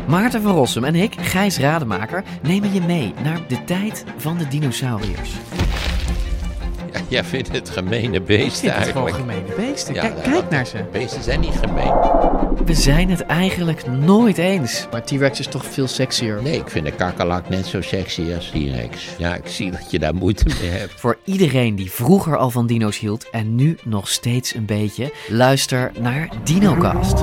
Maarten van Rossum en ik, Gijs Rademaker, nemen je mee naar de tijd van de dinosauriërs. Ja, jij vindt het gemene beesten eigenlijk. Het gewoon gemene beesten. Ja, Kijk naar ze. Beesten zijn niet gemeen. We zijn het eigenlijk nooit eens. Maar T-Rex is toch veel sexier. Nee, ik vind de kakkerlak net zo sexy als T-Rex. Ja, ik zie dat je daar moeite mee hebt. Voor iedereen die vroeger al van dino's hield en nu nog steeds een beetje, luister naar DinoCast.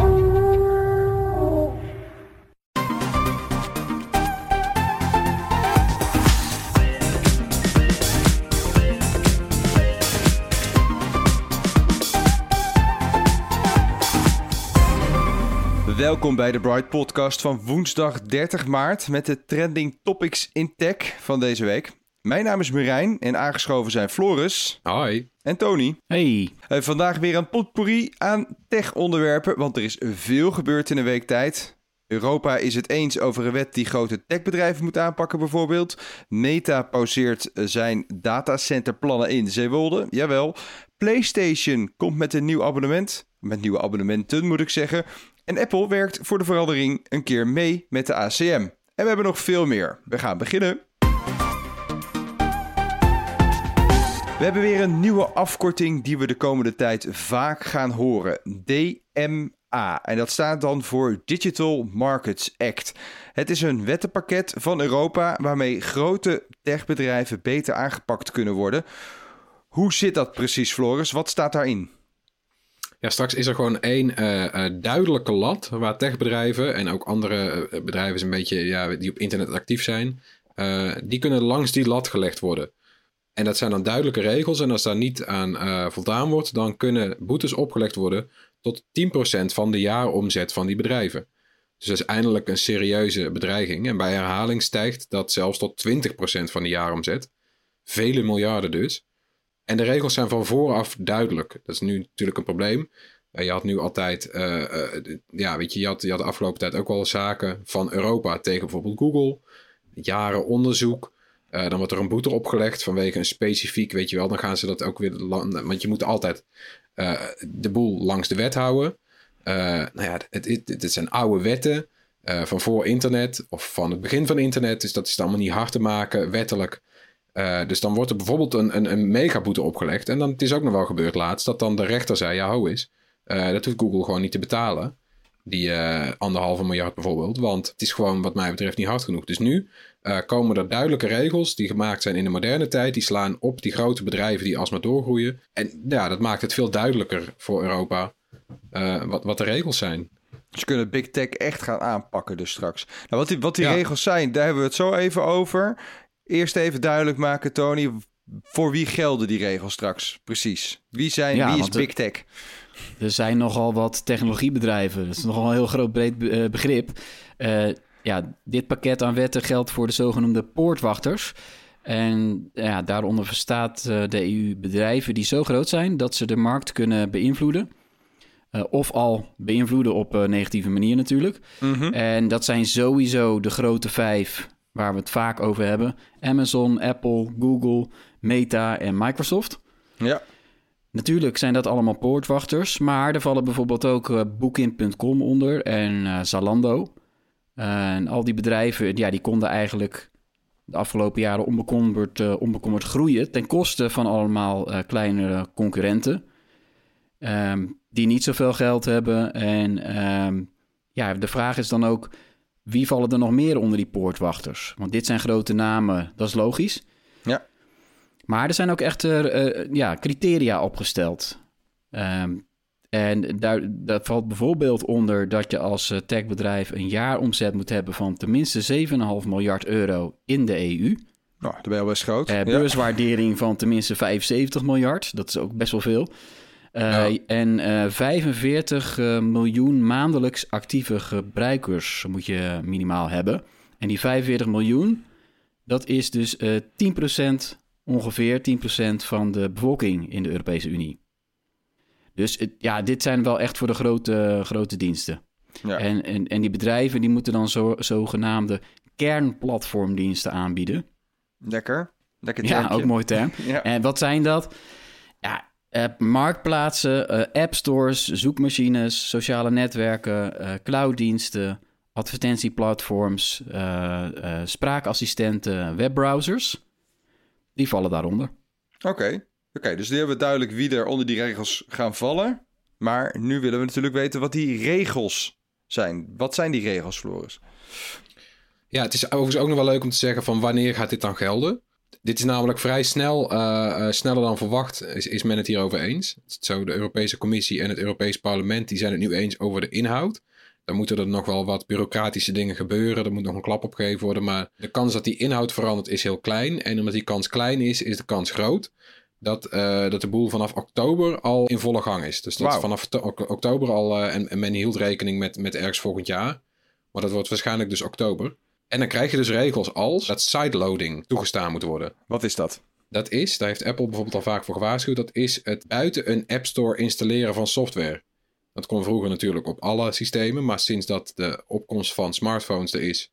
Welkom bij de Bright Podcast van woensdag 30 maart met de trending topics in tech van deze week. Mijn naam is Marijn en aangeschoven zijn Floris. Hoi. En Tony. Hey. Vandaag weer een potpourri aan tech-onderwerpen, want er is veel gebeurd in een week tijd. Europa is het eens over een wet die grote techbedrijven moet aanpakken bijvoorbeeld. Meta pauzeert zijn datacenterplannen in Zeewolde, jawel. PlayStation komt met een nieuw abonnement, met nieuwe abonnementen moet ik zeggen. En Apple werkt voor de verandering een keer mee met de ACM. En we hebben nog veel meer. We gaan beginnen. We hebben weer een nieuwe afkorting die we de komende tijd vaak gaan horen. DMA. En dat staat dan voor Digital Markets Act. Het is een wettenpakket van Europa waarmee grote techbedrijven beter aangepakt kunnen worden. Hoe zit dat precies, Floris? Wat staat daarin? Ja, straks is er gewoon één duidelijke lat waar techbedrijven en ook andere bedrijven een beetje, die op internet actief zijn, die kunnen langs die lat gelegd worden. En dat zijn dan duidelijke regels en als daar niet aan voldaan wordt, dan kunnen boetes opgelegd worden tot 10% van de jaaromzet van die bedrijven. Dus dat is eindelijk een serieuze bedreiging. En bij herhaling stijgt dat zelfs tot 20% van de jaaromzet. Vele miljarden dus. En de regels zijn van vooraf duidelijk. Dat is nu natuurlijk een probleem. Je had nu altijd, je had de afgelopen tijd ook wel zaken van Europa tegen bijvoorbeeld Google. Jaren onderzoek. Dan wordt er een boete opgelegd vanwege een specifiek, weet je wel. Dan gaan ze dat ook weer, want je moet altijd de boel langs de wet houden. Het zijn oude wetten van voor internet of van het begin van internet. Dus dat is allemaal niet hard te maken, wettelijk. Dus dan wordt er bijvoorbeeld een megaboete opgelegd. En dan, het is ook nog wel gebeurd laatst dat dan de rechter zei, ja, ho is. Dat hoeft Google gewoon niet te betalen. Die 1,5 miljard bijvoorbeeld. Want het is gewoon wat mij betreft niet hard genoeg. Dus nu komen er duidelijke regels die gemaakt zijn in de moderne tijd. Die slaan op die grote bedrijven die alsmaar doorgroeien. En ja, dat maakt het veel duidelijker voor Europa wat de regels zijn. Ze kunnen Big Tech echt gaan aanpakken dus straks. Nou, wat die regels zijn, daar hebben we het zo even over. Eerst even duidelijk maken, Tony, voor wie gelden die regels straks precies? Wie is Big Tech? Er zijn nogal wat technologiebedrijven. Dat is nogal een heel groot breed begrip. Dit pakket aan wetten geldt voor de zogenoemde poortwachters. En daaronder verstaat de EU bedrijven die zo groot zijn dat ze de markt kunnen beïnvloeden. Of al beïnvloeden op een negatieve manier natuurlijk. Mm-hmm. En dat zijn sowieso de grote 5... waar we het vaak over hebben. Amazon, Apple, Google, Meta en Microsoft. Ja. Natuurlijk zijn dat allemaal poortwachters. Maar er vallen bijvoorbeeld ook Booking.com onder en Zalando. En al die bedrijven die konden eigenlijk de afgelopen jaren onbekommerd groeien. Ten koste van allemaal kleinere concurrenten. Die niet zoveel geld hebben. En de vraag is dan ook, wie vallen er nog meer onder die poortwachters? Want dit zijn grote namen, dat is logisch. Ja. Maar er zijn ook echt criteria opgesteld. En daar valt bijvoorbeeld onder dat je als techbedrijf een jaaromzet moet hebben van tenminste 7,5 miljard euro in de EU. Nou, dat ben je al best groot. Beurswaardering van tenminste 75 miljard, dat is ook best wel veel. En 45 miljoen maandelijks actieve gebruikers moet je minimaal hebben. En die 45 miljoen, dat is dus 10%, ongeveer 10% van de bevolking in de Europese Unie. Dus dit zijn wel echt voor de grote diensten. Ja. En die bedrijven die moeten dan zogenaamde kernplatformdiensten aanbieden. Lekker termpje. Ja, ook mooi term. Ja. En wat zijn dat? Ja, marktplaatsen, appstores, zoekmachines, sociale netwerken, clouddiensten, advertentieplatforms, spraakassistenten, webbrowsers. Die vallen daaronder. Oké, dus nu hebben we duidelijk wie er onder die regels gaan vallen. Maar nu willen we natuurlijk weten wat die regels zijn. Wat zijn die regels, Floris? Ja, het is overigens ook nog wel leuk om te zeggen van wanneer gaat dit dan gelden? Dit is namelijk vrij snel, sneller dan verwacht, is men het hierover eens. Zo, de Europese Commissie en het Europees Parlement die zijn het nu eens over de inhoud. Dan moeten er nog wel wat bureaucratische dingen gebeuren. Er moet nog een klap opgegeven worden. Maar de kans dat die inhoud verandert is heel klein. En omdat die kans klein is de kans groot dat de boel vanaf oktober al in volle gang is. Dus dat vanaf oktober al, en men hield rekening met ergens volgend jaar. Maar dat wordt waarschijnlijk dus oktober. En dan krijg je dus regels als dat sideloading toegestaan moet worden. Wat is dat? Daar heeft Apple bijvoorbeeld al vaak voor gewaarschuwd. Dat is het buiten een App Store installeren van software. Dat kon vroeger natuurlijk op alle systemen. Maar sinds dat de opkomst van smartphones er is...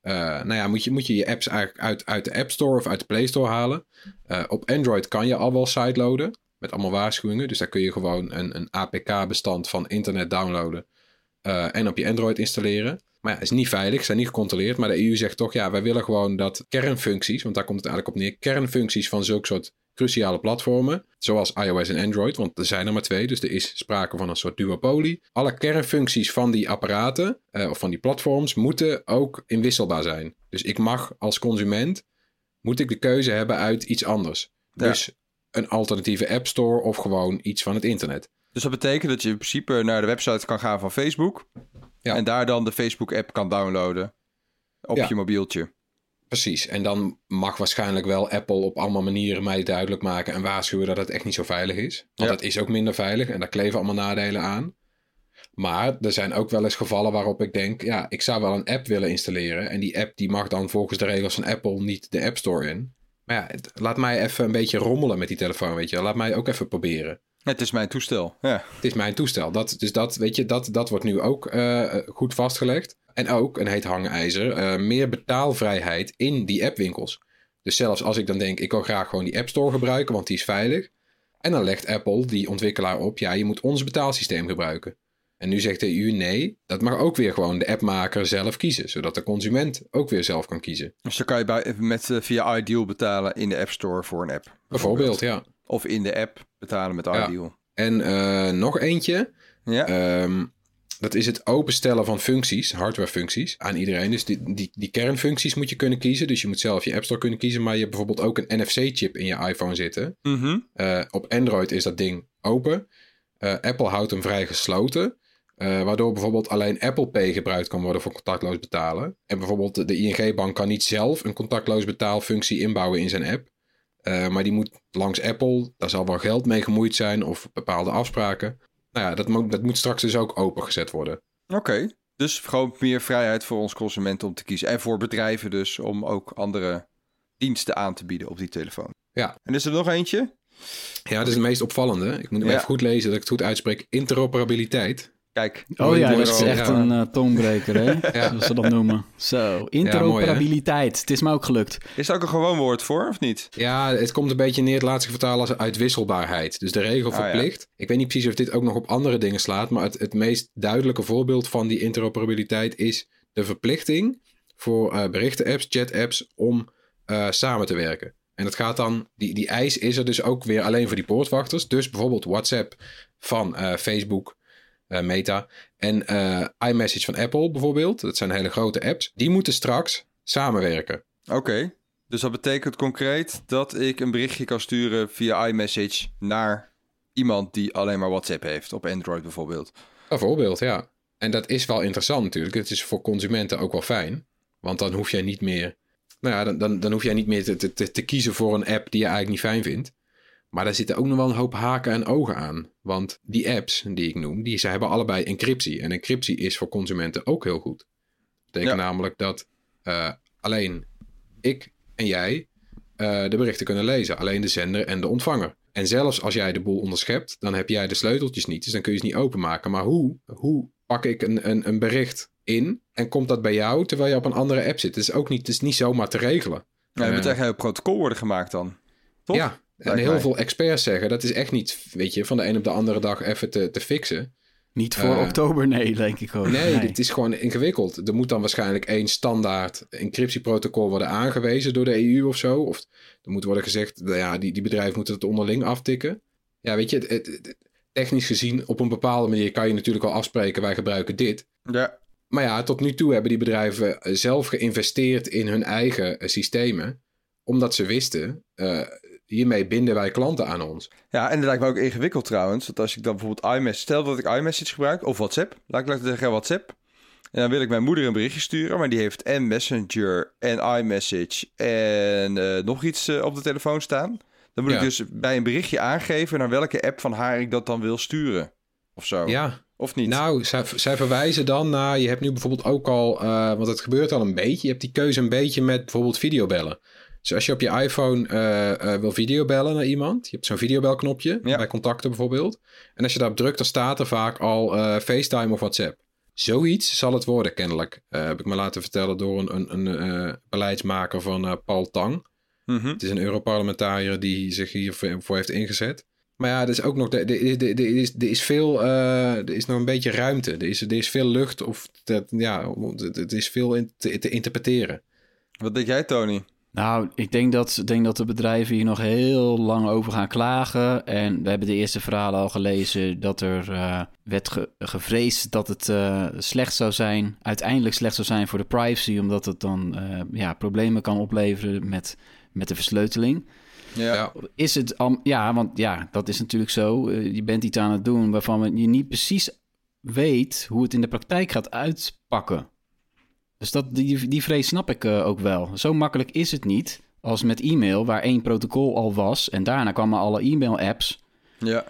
moet je apps eigenlijk uit de App Store of uit de Play Store halen. Op Android kan je al wel sideloaden. Met allemaal waarschuwingen. Dus daar kun je gewoon een APK-bestand van internet downloaden. En op je Android installeren. Maar ja, het is niet veilig, zijn niet gecontroleerd. Maar de EU zegt toch, ja, wij willen gewoon dat kernfuncties, want daar komt het eigenlijk op neer, kernfuncties van zulke soort cruciale platformen, zoals iOS en Android, want er zijn er maar 2, dus er is sprake van een soort duopolie. Alle kernfuncties van die apparaten, of van die platforms, moeten ook inwisselbaar zijn. Dus ik mag als consument, moet ik de keuze hebben uit iets anders. Ja. Dus een alternatieve App Store of gewoon iets van het internet. Dus dat betekent dat je in principe naar de website kan gaan van Facebook. Ja. En daar dan de Facebook-app kan downloaden op je mobieltje. Precies. En dan mag waarschijnlijk wel Apple op allemaal manieren mij duidelijk maken en waarschuwen dat het echt niet zo veilig is. Want het is ook minder veilig en daar kleven allemaal nadelen aan. Maar er zijn ook wel eens gevallen waarop ik denk, ja, ik zou wel een app willen installeren. En die app die mag dan volgens de regels van Apple niet de App Store in. Maar ja, laat mij even een beetje rommelen met die telefoon, weet je. Laat mij ook even proberen. Het is mijn toestel, ja. Het is mijn toestel. Dat wordt nu ook goed vastgelegd. En ook, een heet hangijzer, meer betaalvrijheid in die appwinkels. Dus zelfs als ik dan denk, ik wil graag gewoon die App Store gebruiken, want die is veilig. En dan legt Apple, die ontwikkelaar, op, ja, je moet ons betaalsysteem gebruiken. En nu zegt de EU, nee, dat mag ook weer gewoon de appmaker zelf kiezen. Zodat de consument ook weer zelf kan kiezen. Dus dan kan je via Ideal betalen in de App Store voor een app. Bijvoorbeeld, ja. Of in de app betalen met Ideal. Ja. En nog eentje. Ja. Dat is het openstellen van functies, hardwarefuncties, aan iedereen. Dus die kernfuncties moet je kunnen kiezen. Dus je moet zelf je App Store kunnen kiezen. Maar je hebt bijvoorbeeld ook een NFC-chip in je iPhone zitten. Mm-hmm. Op Android is dat ding open. Apple houdt hem vrij gesloten. Waardoor bijvoorbeeld alleen Apple Pay gebruikt kan worden voor contactloos betalen. En bijvoorbeeld de ING-bank kan niet zelf een contactloos betaalfunctie inbouwen in zijn app. Maar die moet langs Apple, daar zal wel geld mee gemoeid zijn of bepaalde afspraken. Nou ja, dat moet straks dus ook opengezet worden. Oké, dus gewoon meer vrijheid voor ons consumenten om te kiezen. En voor bedrijven dus om ook andere diensten aan te bieden op die telefoon. Ja. En is er nog eentje? Ja, dat is het meest opvallende. Ik moet hem even goed lezen dat ik het goed uitspreek. Interoperabiliteit. Kijk. Oh ja, dat is echt een tongbreker, hè? Zoals ze dat noemen. Zo, interoperabiliteit. Mooi, het is me ook gelukt. Is er ook een gewoon woord voor, of niet? Ja, het komt een beetje neer, het laatste vertalen als uitwisselbaarheid. Dus de regel verplicht. Ja. Ik weet niet precies of dit ook nog op andere dingen slaat, maar het meest duidelijke voorbeeld van die interoperabiliteit is de verplichting voor berichten-apps, chat-apps om samen te werken. En dat gaat dan, die eis is er dus ook weer alleen voor die poortwachters. Dus bijvoorbeeld WhatsApp van Facebook, Meta en iMessage van Apple bijvoorbeeld. Dat zijn hele grote apps. Die moeten straks samenwerken. Oké, dus dat betekent concreet dat ik een berichtje kan sturen via iMessage naar iemand die alleen maar WhatsApp heeft. Op Android bijvoorbeeld. Bijvoorbeeld, ja. En dat is wel interessant natuurlijk. Het is voor consumenten ook wel fijn. Want dan hoef jij niet meer... Nou ja, dan hoef jij niet meer te kiezen voor een app die je eigenlijk niet fijn vindt. Maar daar zitten ook nog wel een hoop haken en ogen aan. Want die apps die ik noem, ze hebben allebei encryptie. En encryptie is voor consumenten ook heel goed. Dat betekent namelijk dat alleen ik en jij de berichten kunnen lezen. Alleen de zender en de ontvanger. En zelfs als jij de boel onderschept, dan heb jij de sleuteltjes niet. Dus dan kun je ze niet openmaken. Maar hoe pak ik een bericht in en komt dat bij jou terwijl je op een andere app zit? Het is niet zomaar te regelen. Ja, er moet echt een protocol worden gemaakt dan. Toch? Ja. En heel veel experts zeggen, dat is echt niet, weet je, van de een op de andere dag even te fixen. Niet voor oktober, nee, denk ik ook. Nee, dit is gewoon ingewikkeld. Er moet dan waarschijnlijk 1 standaard encryptieprotocol worden aangewezen door de EU of zo. Of er moet worden gezegd, die bedrijven moeten het onderling aftikken. Ja, weet je, technisch gezien op een bepaalde manier kan je natuurlijk wel afspreken, wij gebruiken dit. Ja. Maar ja, tot nu toe hebben die bedrijven zelf geïnvesteerd in hun eigen systemen. Omdat ze wisten, hiermee binden wij klanten aan ons. Ja, en dat lijkt me ook ingewikkeld trouwens. Want als ik dan bijvoorbeeld iMessage... Stel dat ik iMessage gebruik, of WhatsApp. Laat ik zeggen WhatsApp. En dan wil ik mijn moeder een berichtje sturen. Maar die heeft en Messenger en iMessage en nog iets op de telefoon staan. Dan moet ik dus bij een berichtje aangeven naar welke app van haar ik dat dan wil sturen. Of zo. Ja. Of niet? Nou, zij verwijzen dan naar... Je hebt nu bijvoorbeeld ook al... want het gebeurt al een beetje. Je hebt die keuze een beetje met bijvoorbeeld videobellen. Dus als je op je iPhone wil videobellen naar iemand... Je hebt zo'n videobelknopje bij contacten bijvoorbeeld. En als je daarop drukt, dan staat er vaak al FaceTime of WhatsApp. Zoiets zal het worden kennelijk. Heb ik me laten vertellen door een beleidsmaker van Paul Tang. Mm-hmm. Het is een Europarlementariër die zich hiervoor heeft ingezet. Maar ja, er is ook nog... Er is nog een beetje ruimte. Er is veel lucht. Er is veel te interpreteren. Wat denk jij, Tony? Nou, ik denk dat de bedrijven hier nog heel lang over gaan klagen. En we hebben de eerste verhalen al gelezen dat er werd gevreesd dat het slecht zou zijn. Uiteindelijk slecht zou zijn voor de privacy, omdat het dan problemen kan opleveren met de versleuteling. Ja. Is het want dat is natuurlijk zo. Je bent iets aan het doen waarvan je niet precies weet hoe het in de praktijk gaat uitpakken. Dus die vrees snap ik ook wel. Zo makkelijk is het niet als met e-mail, waar 1 protocol al was. En daarna kwamen alle e-mail-apps. Ja.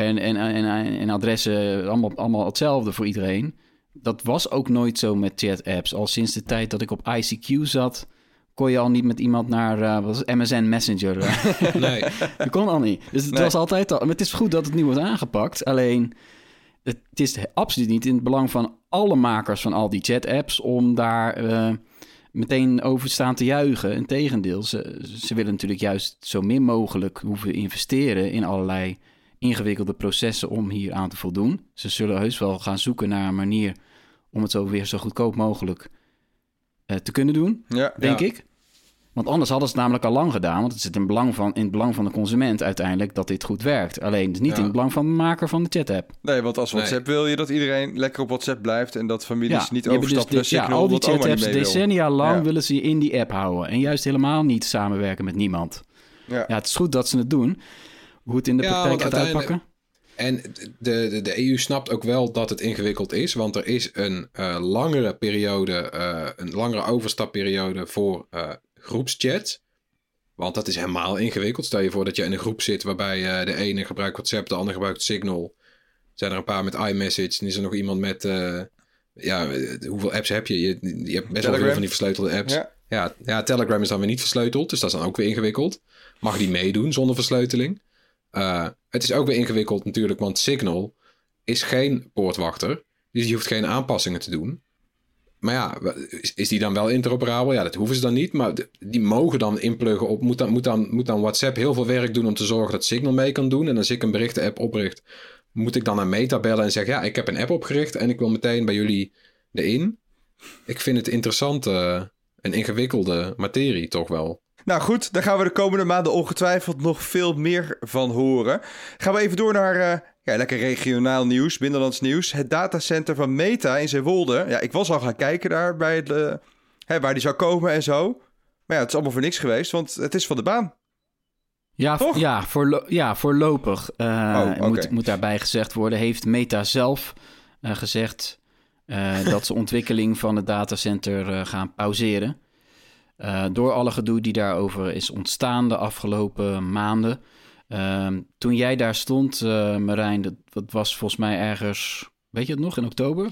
En adressen, allemaal hetzelfde voor iedereen. Dat was ook nooit zo met chat-apps. Al sinds de tijd dat ik op ICQ zat, kon je al niet met iemand naar MSN Messenger. Nee. Dat kon al niet. Dus het was altijd al. Maar het is goed dat het nu wordt aangepakt. Alleen, het is absoluut niet in het belang van alle makers van al die chat-apps om daar meteen over staan te juichen. Integendeel, ze willen natuurlijk juist zo min mogelijk hoeven investeren in allerlei ingewikkelde processen om hier aan te voldoen. Ze zullen heus wel gaan zoeken naar een manier om het zo weer zo goedkoop mogelijk te kunnen doen, denk ik. Want anders hadden ze het namelijk al lang gedaan. Want het zit in het belang van de consument uiteindelijk dat dit goed werkt. Alleen het is niet in het belang van de maker van de chat-app. Nee, want als WhatsApp wil je dat iedereen lekker op WhatsApp blijft en dat families niet overstappen naar Signal. Al die chat-apps decennia lang willen ze je in die app houden. En juist helemaal niet samenwerken met niemand. Ja, het is goed dat ze het doen. Hoe het in de praktijk gaat uitpakken. En de EU snapt ook wel dat het ingewikkeld is. Want er is een langere periode, een langere overstapperiode voor groepschat. Want dat is helemaal ingewikkeld. Stel je voor dat je in een groep zit waarbij de ene gebruikt WhatsApp, de andere gebruikt Signal. Zijn er een paar met iMessage. En is er nog iemand met... hoeveel apps heb je? Je hebt best wel veel van die versleutelde apps. Ja, Telegram is dan weer niet versleuteld. Dus dat is dan ook weer ingewikkeld. Mag die meedoen zonder versleuteling? Het is ook weer ingewikkeld natuurlijk, want Signal is geen poortwachter. Dus je hoeft geen aanpassingen te doen. Maar ja, is die dan wel interoperabel? Ja, dat hoeven ze dan niet. Maar die mogen dan inpluggen op... Moet dan WhatsApp heel veel werk doen om te zorgen dat Signal mee kan doen. En als ik een berichtenapp opricht, moet ik dan naar Meta bellen en zeggen... Ja, ik heb een app opgericht en ik wil meteen bij jullie erin. Ik vind het interessant en ingewikkelde materie toch wel. Nou goed, daar gaan we de komende maanden ongetwijfeld nog veel meer van horen. Gaan we even door naar lekker regionaal nieuws, binnenlands nieuws. Het datacenter van Meta in Zeewolde. Ja, ik was al gaan kijken daar bij waar die zou komen en zo. Maar ja, het is allemaal voor niks geweest, want het is van de baan. Ja, toch? Voorlopig moet daarbij gezegd worden. Heeft Meta zelf gezegd dat ze ontwikkeling van het datacenter gaan pauzeren. Door alle gedoe die daarover is ontstaan de afgelopen maanden. Toen jij daar stond, Marijn, dat was volgens mij ergens, weet je het nog, in oktober?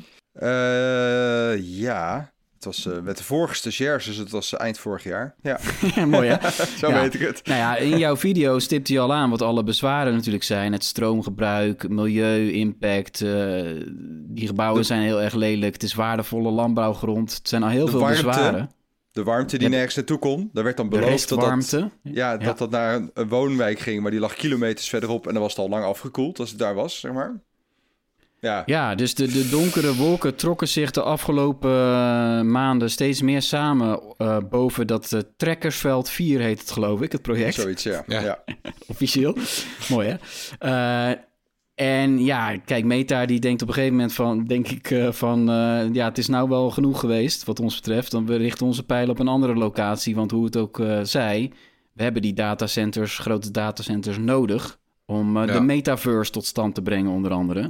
Ja, het was met de vorige stagiairs, dus het was eind vorig jaar. Ja, mooi hè? Zo weet ik het. Nou ja, in jouw video stipt hij al aan wat alle bezwaren natuurlijk zijn. Het stroomgebruik, milieu, impact. Die gebouwen zijn heel erg lelijk. Het is waardevolle landbouwgrond. Het zijn al heel veel bezwaren. De warmte die nergens naartoe kon. Daar werd dan beloofd dat dat naar een woonwijk ging. Maar die lag kilometers verderop en dan was het al lang afgekoeld als het daar was, zeg maar. Ja, dus de donkere wolken trokken zich de afgelopen maanden steeds meer samen boven dat Trekkersveld 4 heet het, geloof ik, het project. Zoiets, ja. Officieel. Mooi, hè? En ja, kijk, Meta die denkt op een gegeven moment van, het is nou wel genoeg geweest wat ons betreft. Dan we richten onze pijlen op een andere locatie, want hoe het ook zij, we hebben die datacenters, grote datacenters nodig om de metaverse tot stand te brengen, onder andere.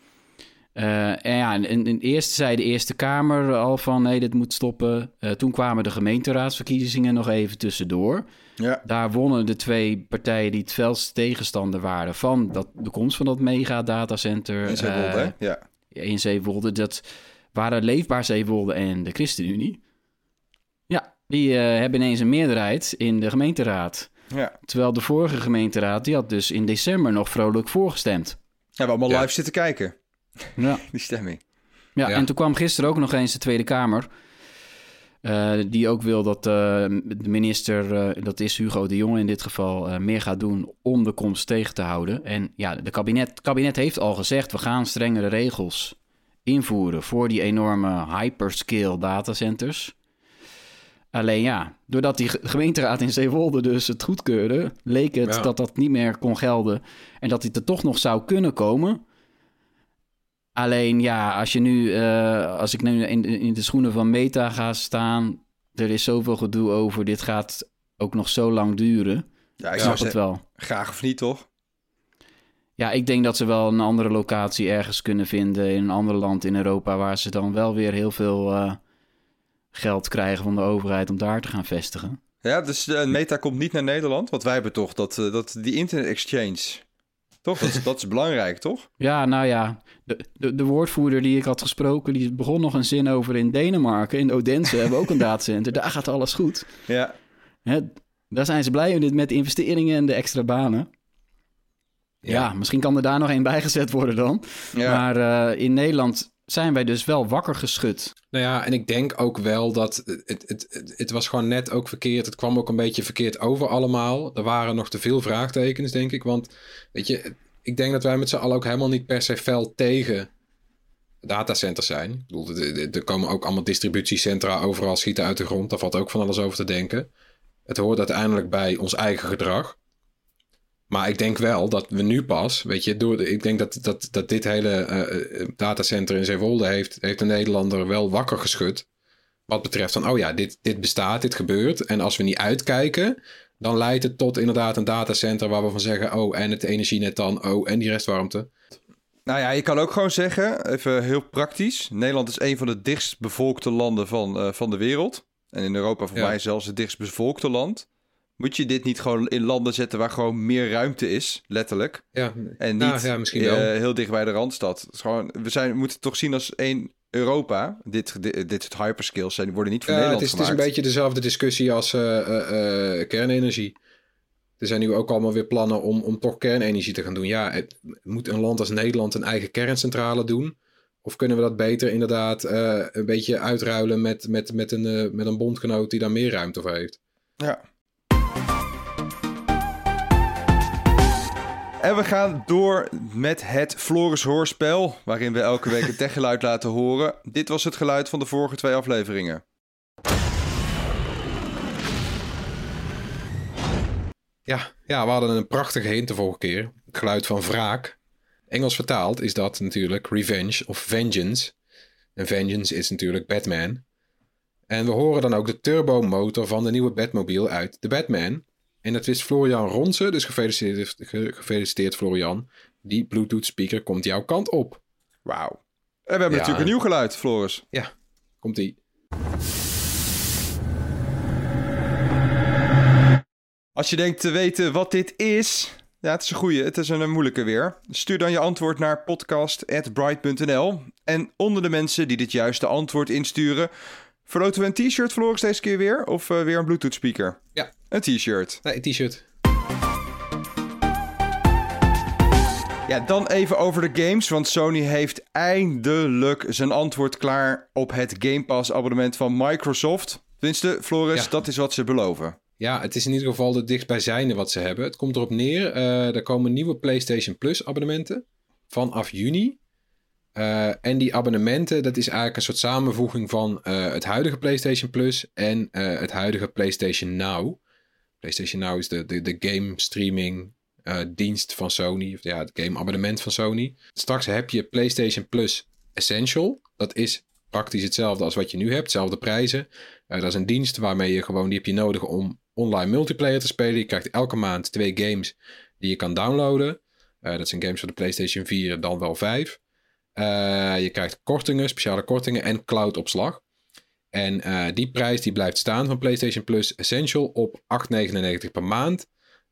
En eerst zei de Eerste Kamer al van, nee, dit moet stoppen. Toen kwamen de gemeenteraadsverkiezingen nog even tussendoor. Ja. Daar wonnen de 2 partijen die het felste tegenstander waren van de komst van dat mega datacenter. In Zeewolde, hè? Ja. In Zeewolde. Dat waren Leefbaar Zeewolde en de ChristenUnie. Ja, die hebben ineens een meerderheid in de gemeenteraad. Ja. Terwijl de vorige gemeenteraad, die had dus in december nog vrolijk voorgestemd. Ja, we allemaal live zitten kijken. Ja. Die stemming. Ja, en toen kwam gisteren ook nog eens de Tweede Kamer. Die ook wil dat de minister, dat is Hugo de Jonge in dit geval, meer gaat doen om de komst tegen te houden. En ja, het kabinet heeft al gezegd, we gaan strengere regels invoeren voor die enorme hyperscale datacenters. Alleen ja, doordat die gemeenteraad in Zeewolde dus het goedkeurde, leek het dat niet meer kon gelden en dat dit er toch nog zou kunnen komen. Alleen ja, als ik nu in de schoenen van Meta ga staan, er is zoveel gedoe over, dit gaat ook nog zo lang duren. Ja, ik snap het wel. Graag of niet, toch? Ja, ik denk dat ze wel een andere locatie ergens kunnen vinden in een ander land in Europa, waar ze dan wel weer heel veel geld krijgen van de overheid om daar te gaan vestigen. Ja, dus Meta komt niet naar Nederland, want wij hebben toch dat die internet exchange. Toch? Dat is belangrijk, toch? Ja, nou ja. De woordvoerder die ik had gesproken, die begon nog een zin over in Denemarken. In Odense hebben we ook een datacenter. Daar gaat alles goed. Ja. Daar zijn ze blij met de investeringen en de extra banen. Ja, misschien kan er daar nog één bijgezet worden dan. Ja. Maar in Nederland zijn wij dus wel wakker geschud. Nou ja, en ik denk ook wel dat het was gewoon net ook verkeerd. Het kwam ook een beetje verkeerd over allemaal. Er waren nog te veel vraagtekens, denk ik. Want weet je, ik denk dat wij met z'n allen ook helemaal niet per se fel tegen datacenters zijn. Ik bedoel, er komen ook allemaal distributiecentra overal schieten uit de grond. Daar valt ook van alles over te denken. Het hoort uiteindelijk bij ons eigen gedrag. Maar ik denk wel dat we nu pas, weet je, ik denk dat dit hele datacenter in Zeewolde heeft de Nederlander wel wakker geschud. Wat betreft van, oh ja, dit bestaat, dit gebeurt. En als we niet uitkijken, dan leidt het tot inderdaad een datacenter waar we van zeggen, oh, en het energienet dan, oh, en die restwarmte. Nou ja, je kan ook gewoon zeggen, even heel praktisch, Nederland is een van de dichtst bevolkte landen van de wereld. En in Europa voor mij zelfs het dichtst bevolkte land. Moet je dit niet gewoon in landen zetten waar gewoon meer ruimte is, letterlijk? Ja, en niet misschien wel. Heel dicht bij de Randstad. Het is gewoon, we moeten het toch zien als één Europa. Dit soort hyperscales worden niet voor Nederland gemaakt. Het is een beetje dezelfde discussie als kernenergie. Er zijn nu ook allemaal weer plannen om toch kernenergie te gaan doen. Ja, moet een land als Nederland een eigen kerncentrale doen? Of kunnen we dat beter inderdaad een beetje uitruilen met een bondgenoot die daar meer ruimte voor heeft? Ja. En we gaan door met het Floris Hoorspel, waarin we elke week een techgeluid laten horen. Dit was het geluid van de vorige 2 afleveringen. Ja, we hadden een prachtige hint de vorige keer. Het geluid van wraak. Engels vertaald is dat natuurlijk revenge of vengeance. En vengeance is natuurlijk Batman. En we horen dan ook de turbomotor van de nieuwe Batmobile uit The Batman. En dat is Florian Ronsen, dus gefeliciteerd Florian. Die Bluetooth speaker komt jouw kant op. Wauw. En we hebben natuurlijk een nieuw geluid, Floris. Ja, komt-ie. Als je denkt te weten wat dit is, ja, het is een goeie, het is een moeilijke weer. Stuur dan je antwoord naar podcast@bright.nl. En onder de mensen die dit juiste antwoord insturen, verloten we een t-shirt, Floris, deze keer weer? Of weer een Bluetooth speaker? Ja. Een t-shirt. Nee, een t-shirt. Ja, dan even over de games, want Sony heeft eindelijk zijn antwoord klaar op het Game Pass abonnement van Microsoft. Tenminste, Floris, dat is wat ze beloven. Ja, het is in ieder geval de dichtstbijzijnde wat ze hebben. Het komt erop neer, er komen nieuwe PlayStation Plus abonnementen vanaf juni. En die abonnementen, dat is eigenlijk een soort samenvoeging van het huidige PlayStation Plus en het huidige PlayStation Now. PlayStation Now is de game streaming dienst van Sony. Of ja, het game abonnement van Sony. Straks heb je PlayStation Plus Essential. Dat is praktisch hetzelfde als wat je nu hebt. Hetzelfde prijzen. Dat is een dienst waarmee je gewoon, die heb je nodig om online multiplayer te spelen. Je krijgt elke maand 2 games die je kan downloaden. Dat zijn games voor de PlayStation 4 dan wel 5. Je krijgt kortingen, speciale kortingen en cloudopslag. En die prijs die blijft staan van PlayStation Plus Essential op €8,99 per maand.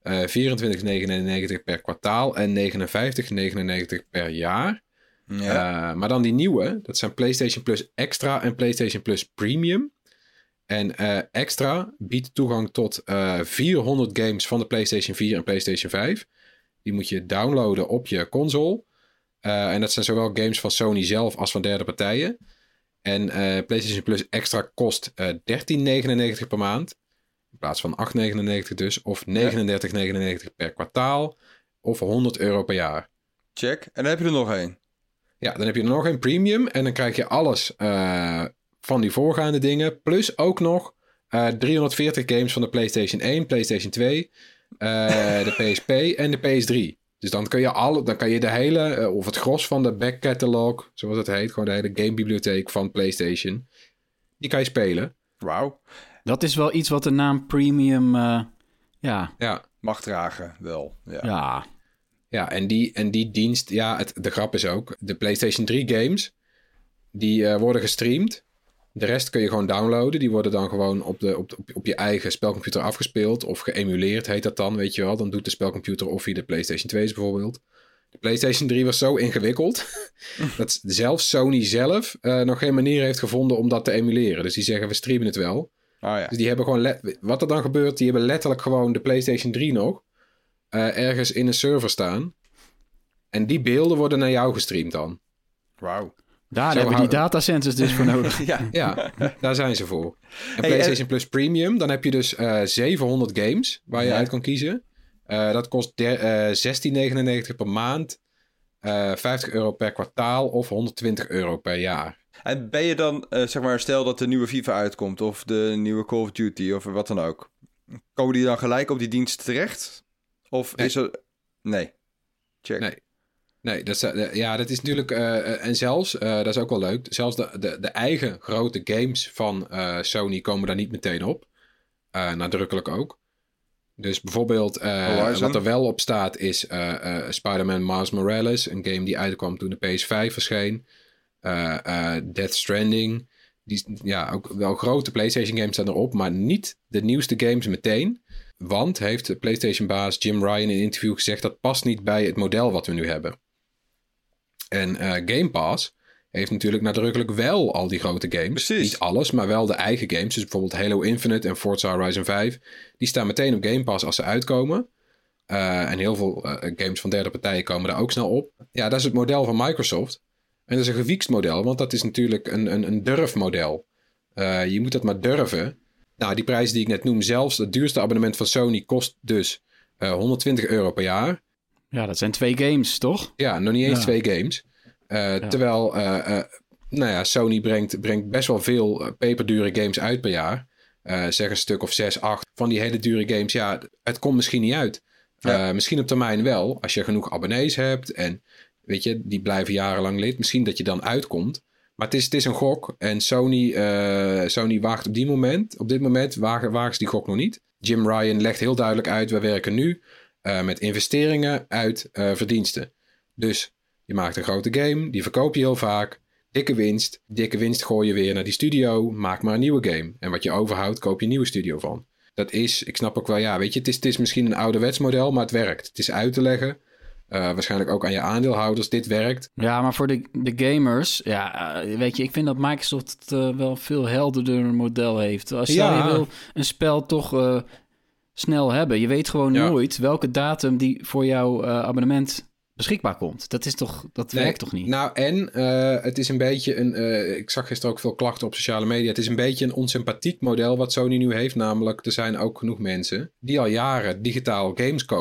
€24,99 per kwartaal en €59,99 per jaar. Ja. Maar dan die nieuwe, dat zijn PlayStation Plus Extra en PlayStation Plus Premium. En Extra biedt toegang tot 400 games van de PlayStation 4 en PlayStation 5. Die moet je downloaden op je console. En dat zijn zowel games van Sony zelf als van derde partijen. En PlayStation Plus Extra kost €13,99 per maand. In plaats van €8,99 dus. Of €39,99 per kwartaal. Of €100 per jaar. Check. En dan heb je er nog één. Ja, dan heb je er nog een premium. En dan krijg je alles van die voorgaande dingen. Plus ook nog 340 games van de PlayStation 1, PlayStation 2, de PSP en de PS3. Dus dan kan je de hele, of het gros van de back catalog, zoals het heet, gewoon de hele gamebibliotheek van PlayStation, die kan je spelen. Wauw. Dat is wel iets wat de naam Premium, ja. Mag dragen, wel. Ja, en die dienst, de grap is ook, de PlayStation 3 games, die worden gestreamd. De rest kun je gewoon downloaden. Die worden dan gewoon op je eigen spelcomputer afgespeeld. Of geëmuleerd heet dat dan, weet je wel. Dan doet de spelcomputer of via de PlayStation 2's bijvoorbeeld. De PlayStation 3 was zo ingewikkeld dat zelfs Sony zelf nog geen manier heeft gevonden om dat te emuleren. Dus die zeggen, we streamen het wel. Oh, ja. Dus die hebben gewoon, wat er dan gebeurt, die hebben letterlijk gewoon de PlayStation 3 nog ergens in een server staan. En die beelden worden naar jou gestreamd dan. Wauw. Daar hebben die datacenters dus voor nodig. Ja, daar zijn ze voor. En PlayStation Plus Premium, dan heb je dus 700 games waar je uit kan kiezen. Dat kost €16,99 per maand, €50 per kwartaal of €120 per jaar. En ben je dan, zeg maar, stel dat de nieuwe FIFA uitkomt of de nieuwe Call of Duty of wat dan ook. Komen die dan gelijk op die dienst terecht? Of is er... Nee. Check. Nee, dat is natuurlijk... en zelfs, dat is ook wel leuk... zelfs de eigen grote games van Sony komen daar niet meteen op. Nadrukkelijk ook. Dus bijvoorbeeld... wat er wel op staat is Spider-Man Miles Morales. Een game die uitkwam toen de PS5 verscheen. Death Stranding. Ook wel grote PlayStation games staan erop... maar niet de nieuwste games meteen... Want heeft de PlayStation-baas Jim Ryan in een interview gezegd... dat past niet bij het model wat we nu hebben. En Game Pass heeft natuurlijk nadrukkelijk wel al die grote games. Precies. Niet alles, maar wel de eigen games. Dus bijvoorbeeld Halo Infinite en Forza Horizon 5. Die staan meteen op Game Pass als ze uitkomen. En heel veel games van derde partijen komen daar ook snel op. Ja, dat is het model van Microsoft. En dat is een gewiekst model, want dat is natuurlijk een durfmodel. Je moet dat maar durven... Nou, die prijzen die ik net noem, zelfs het duurste abonnement van Sony kost dus €120 per jaar. Ja, dat zijn 2 games, toch? Ja, nog niet eens 2 games. Terwijl, Sony brengt best wel veel peperdure games uit per jaar. Zeg een stuk of 6, 8 van die hele dure games. Ja, het komt misschien niet uit. Misschien op termijn wel, als je genoeg abonnees hebt. En weet je, die blijven jarenlang lid. Misschien dat je dan uitkomt. Maar het is een gok en Sony waagt op dit moment wagen ze die gok nog niet. Jim Ryan legt heel duidelijk uit, we werken nu met investeringen uit verdiensten. Dus je maakt een grote game, die verkoop je heel vaak, dikke winst gooi je weer naar die studio, maak maar een nieuwe game. En wat je overhoudt, koop je een nieuwe studio van. Dat is, ik snap ook wel, weet je, het is misschien een ouderwets model, maar het werkt. Het is uit te leggen. Waarschijnlijk ook aan je aandeelhouders, dit werkt. Ja, maar voor de gamers, weet je, ik vind dat Microsoft wel veel helderder model heeft. Als je wil een spel toch snel hebben, je weet gewoon nooit welke datum die voor jouw abonnement beschikbaar komt. Dat werkt toch niet? Nou, en het is een beetje ik zag gisteren ook veel klachten op sociale media. Het is een beetje een onsympathiek model wat Sony nu heeft. Namelijk, er zijn ook genoeg mensen die al jaren digitaal games kopen.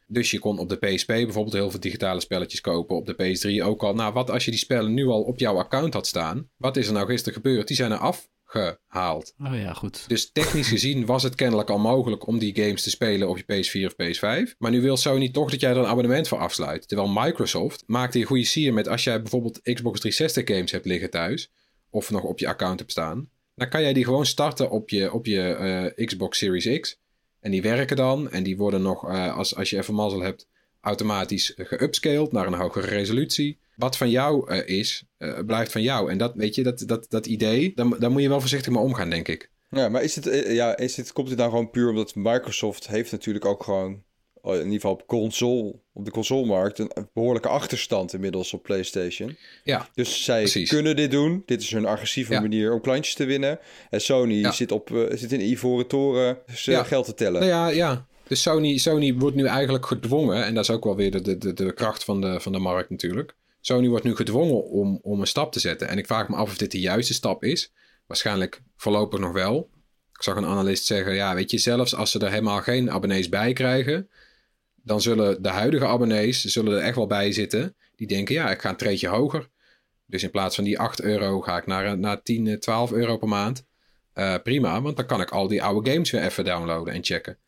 Dus je kon op de PSP bijvoorbeeld heel veel digitale spelletjes kopen. Op de PS3 ook al. Nou, wat als je die spellen nu al op jouw account had staan? Wat is er nou gisteren gebeurd? Die zijn er afgehaald. Oh ja, goed. Dus technisch gezien was het kennelijk al mogelijk om die games te spelen op je PS4 of PS5. Maar nu wil Sony toch dat jij er een abonnement voor afsluit. Terwijl Microsoft maakte een goede sier met als jij bijvoorbeeld Xbox 360 games hebt liggen thuis. Of nog op je account hebt staan. Dan kan jij die gewoon starten op je Xbox Series X. En die werken dan. En die worden nog, als je even mazzel hebt, automatisch geupscaled naar een hogere resolutie. Wat van jou is, blijft van jou. En dat, weet je, dat idee, daar moet je wel voorzichtig mee omgaan, denk ik. Ja, maar komt het nou gewoon puur omdat Microsoft heeft natuurlijk ook gewoon, in ieder geval op de consolemarkt, een behoorlijke achterstand inmiddels op PlayStation. Ja, dus zij kunnen dit doen. Dit is hun agressieve manier om klantjes te winnen. En Sony zit in de ivoren toren geld te tellen. Nou ja. Dus Sony wordt nu eigenlijk gedwongen, en dat is ook wel weer de kracht van de markt natuurlijk. Sony wordt nu gedwongen om een stap te zetten. En ik vraag me af of dit de juiste stap is. Waarschijnlijk voorlopig nog wel. Ik zag een analist zeggen, ja, weet je, zelfs als ze er helemaal geen abonnees bij krijgen, dan zullen de huidige abonnees er echt wel bij zitten. Die denken, ja, ik ga een treedje hoger. Dus in plaats van die €8 ga ik naar 10, 12 euro per maand. Prima, want dan kan ik al die oude games weer even downloaden en checken.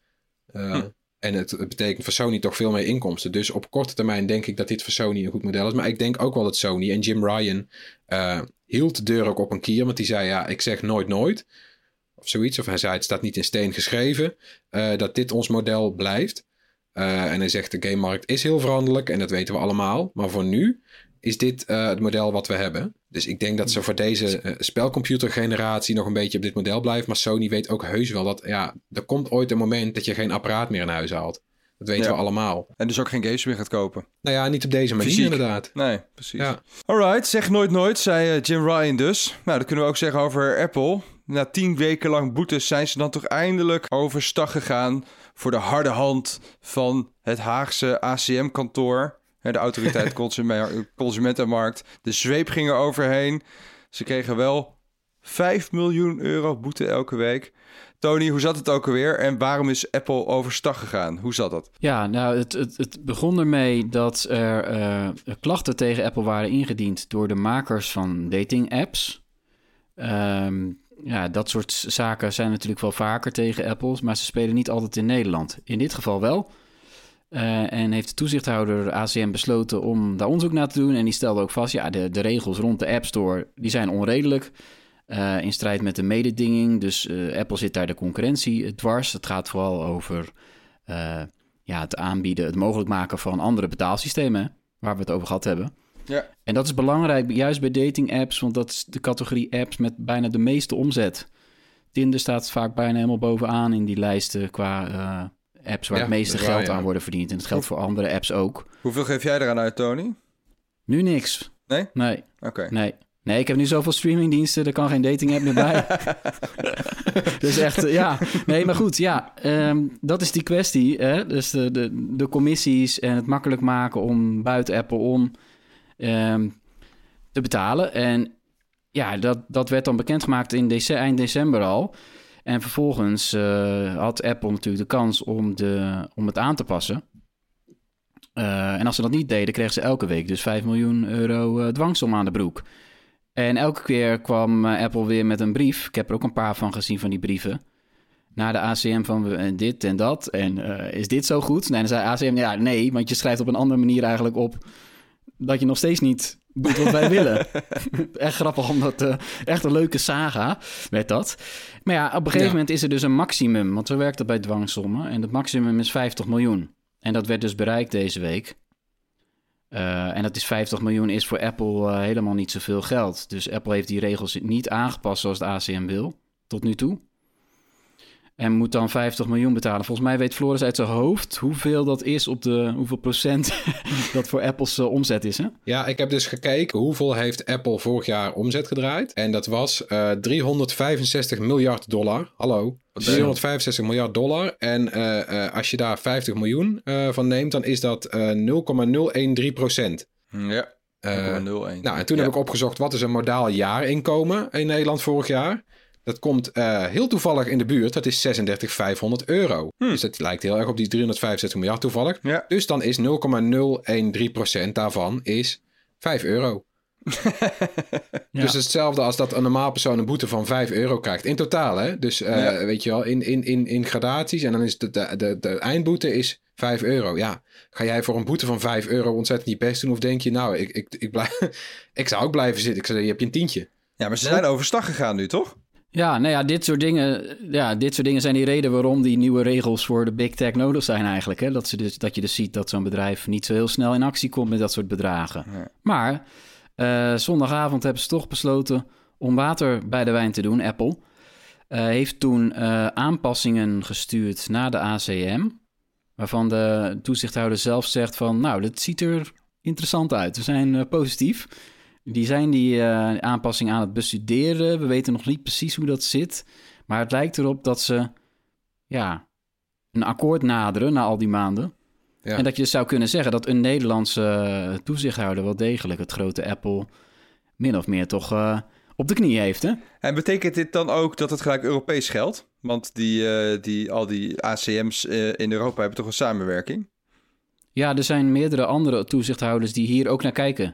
En het betekent voor Sony toch veel meer inkomsten. Dus op korte termijn denk ik dat dit voor Sony een goed model is. Maar ik denk ook wel dat Sony en Jim Ryan hield de deur ook op een kier. Want die zei, ja, ik zeg nooit. Of zoiets. Of hij zei, het staat niet in steen geschreven. Dat dit ons model blijft. En hij zegt, de gamemarkt is heel veranderlijk. En dat weten we allemaal. Maar voor nu is dit het model wat we hebben. Dus ik denk dat ze voor deze spelcomputergeneratie nog een beetje op dit model blijven. Maar Sony weet ook heus wel dat, ja, er komt ooit een moment dat je geen apparaat meer in huis haalt. Dat weten we allemaal. En dus ook geen games meer gaat kopen. Nou ja, niet op deze manier fysiek. Inderdaad. Nee, precies. Ja. Alright, zeg nooit, zei Jim Ryan dus. Nou, dat kunnen we ook zeggen over Apple. Na 10 weken lang boetes zijn ze dan toch eindelijk overstag gegaan voor de harde hand van het Haagse ACM-kantoor. De Autoriteit Consumentenmarkt. De zweep ging er overheen. Ze kregen wel €5 miljoen boete elke week. Tony, hoe zat het ook alweer? En waarom is Apple overstag gegaan? Hoe zat dat? Ja, nou, het begon ermee dat er klachten tegen Apple waren ingediend door de makers van dating-apps. Dat soort zaken zijn natuurlijk wel vaker tegen Apple, maar ze spelen niet altijd in Nederland. In dit geval wel. En heeft de toezichthouder ACM besloten om daar onderzoek naar te doen. En die stelde ook vast, ja, de regels rond de App Store, die zijn onredelijk. In strijd met de mededinging. Dus Apple zit daar de concurrentie dwars. Het gaat vooral over het aanbieden, het mogelijk maken van andere betaalsystemen, waar we het over gehad hebben. Ja. En dat is belangrijk, juist bij dating apps, want dat is de categorie apps met bijna de meeste omzet. Tinder staat vaak bijna helemaal bovenaan in die lijsten qua apps waar het meeste geld aan worden verdiend. En dat geldt voor andere apps ook. Hoeveel geef jij eraan uit, Tony? Nu niks. Nee? Nee. Oké. Nee, ik heb nu zoveel streamingdiensten, er kan geen dating app meer bij. Dus echt, Nee, maar goed, dat is die kwestie. Hè? Dus de commissies en het makkelijk maken om buiten Apple om te betalen. En ja, dat werd dan bekendgemaakt in eind december al. En vervolgens had Apple natuurlijk de kans om het aan te passen. En als ze dat niet deden, kregen ze elke week dus €5 miljoen dwangsom aan de broek. En elke keer kwam Apple weer met een brief. Ik heb er ook een paar van gezien, van die brieven. Naar de ACM van dit en dat. En is dit zo goed? Nee, dan zei ACM, ja, nee, want je schrijft op een andere manier eigenlijk op dat je nog steeds niet doet wat wij willen. Echt grappig, omdat echt een leuke saga met dat. Maar ja, op een gegeven moment is er dus een maximum. Want zo werkt het bij dwangsommen. En het maximum is 50 miljoen. En dat werd dus bereikt deze week. En dat is 50 miljoen is voor Apple helemaal niet zoveel geld. Dus Apple heeft die regels niet aangepast zoals de ACM wil, tot nu toe. En moet dan 50 miljoen betalen. Volgens mij weet Floris uit zijn hoofd hoeveel dat is op hoeveel procent dat voor Apple's omzet is, hè? Ja, ik heb dus gekeken hoeveel heeft Apple vorig jaar omzet gedraaid. En dat was $365 miljard. Hallo. $365 miljard. En als je daar 50 miljoen van neemt, dan is dat 0,013%. Ja, 0,01. Nou, en toen heb ik opgezocht, wat is een modaal jaarinkomen in Nederland vorig jaar? Dat komt heel toevallig in de buurt. Dat is 36.500 €. Dus dat lijkt heel erg op die 365 miljard toevallig. Ja. Dus dan is 0,013% daarvan is €5. Ja. Dus hetzelfde als dat een normaal persoon een boete van €5 krijgt. In totaal, hè? Dus weet je wel, in gradaties. En dan is de eindboete is €5. Ja, ga jij voor een boete van €5 ontzettend je best doen? Of denk je, nou, ik zou ook blijven zitten. Ik zei, je hebt je een tientje. Ja, maar ze zijn overstag gegaan nu, toch? Ja, nou ja, dit soort dingen zijn die reden waarom die nieuwe regels voor de big tech nodig zijn eigenlijk. Hè? Dat je dus ziet dat zo'n bedrijf niet zo heel snel in actie komt met dat soort bedragen. Ja. Maar zondagavond hebben ze toch besloten om water bij de wijn te doen. Apple heeft toen aanpassingen gestuurd naar de ACM, waarvan de toezichthouder zelf zegt van, nou, dit ziet er interessant uit. We zijn positief. Die zijn die aanpassing aan het bestuderen. We weten nog niet precies hoe dat zit. Maar het lijkt erop dat ze een akkoord naderen na al die maanden. Ja. En dat je dus zou kunnen zeggen dat een Nederlandse toezichthouder wel degelijk het grote Apple min of meer toch op de knie heeft. Hè? En betekent dit dan ook dat het gelijk Europees geldt? Want al die ACM's in Europa hebben toch een samenwerking? Ja, er zijn meerdere andere toezichthouders die hier ook naar kijken.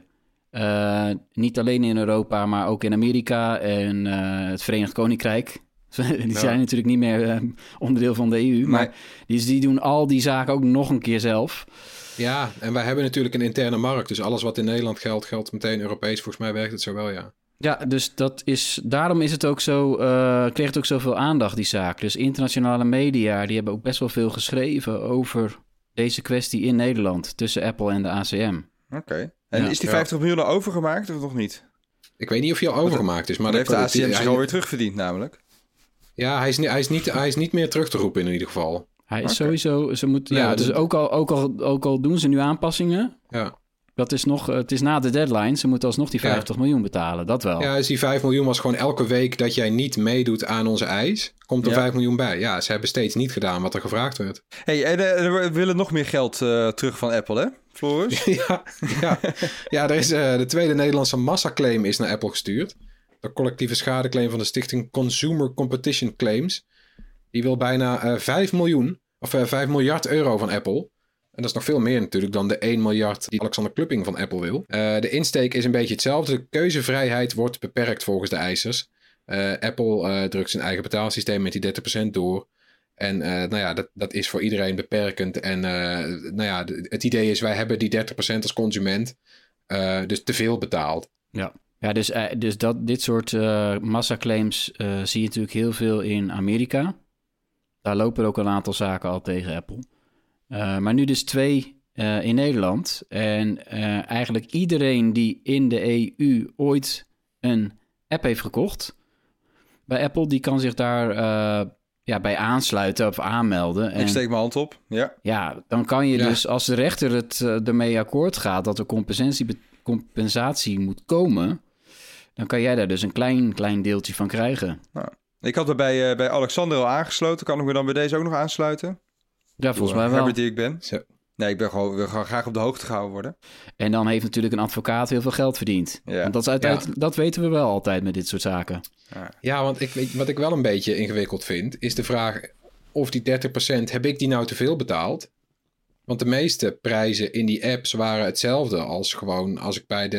Niet alleen in Europa, maar ook in Amerika en het Verenigd Koninkrijk. Die zijn natuurlijk niet meer onderdeel van de EU. Maar die doen al die zaken ook nog een keer zelf. Ja, en wij hebben natuurlijk een interne markt. Dus alles wat in Nederland geldt meteen Europees. Volgens mij werkt het zo wel, ja. Ja, dus daarom is het ook zo, kreeg het ook zoveel aandacht, die zaak. Dus internationale media, die hebben ook best wel veel geschreven over deze kwestie in Nederland tussen Apple en de ACM. Oké. En is die 50 miljoen al overgemaakt of nog niet? Ik weet niet of hij al overgemaakt is. Maar dan heeft de ACM zich alweer terugverdiend namelijk. Ja, hij is niet meer terug te roepen in ieder geval. Hij is sowieso... Dus ook al doen ze nu aanpassingen... Ja. Dat is nog, het is na de deadline. Ze moeten alsnog die 50 miljoen betalen, dat wel. Ja, dus die 5 miljoen was gewoon elke week dat jij niet meedoet aan onze eis. Komt er 5 miljoen bij. Ja, ze hebben steeds niet gedaan wat er gevraagd werd. Hey, en we willen nog meer geld terug van Apple, hè, Floris? Ja, er is de tweede Nederlandse massaclaim is naar Apple gestuurd. De collectieve schadeclaim van de stichting Consumer Competition Claims. Die wil bijna 5 miljard euro van Apple. En dat is nog veel meer natuurlijk dan de 1 miljard die Alexander Klupping van Apple wil. De insteek is een beetje hetzelfde. De keuzevrijheid wordt beperkt volgens de eisers. Apple drukt zijn eigen betaalsysteem met die 30% door. En dat is voor iedereen beperkend. En het idee is, wij hebben die 30% als consument dus te veel betaald. Ja, dus dit soort massaclaims zie je natuurlijk heel veel in Amerika. Daar lopen er ook een aantal zaken al tegen Apple. Maar nu dus 2 in Nederland. En eigenlijk iedereen die in de EU ooit een app heeft gekocht bij Apple, die kan zich daar bij aansluiten of aanmelden. Ik steek mijn hand op, Ja, dan kan je dus, als de rechter het ermee akkoord gaat dat er compensatie moet komen, dan kan jij daar dus een klein deeltje van krijgen. Nou, ik had er bij Alexander al aangesloten. Kan ik me dan bij deze ook nog aansluiten? Ja, volgens mij wel. Herbert die ik ben. Zo. Nee, wil gewoon graag op de hoogte gehouden worden. En dan heeft natuurlijk een advocaat heel veel geld verdiend. Ja. Want dat weten we wel altijd met dit soort zaken. Ja, want wat ik wel een beetje ingewikkeld vind, is de vraag of die 30%, heb ik die nou te veel betaald? Want de meeste prijzen in die apps waren hetzelfde als ik bij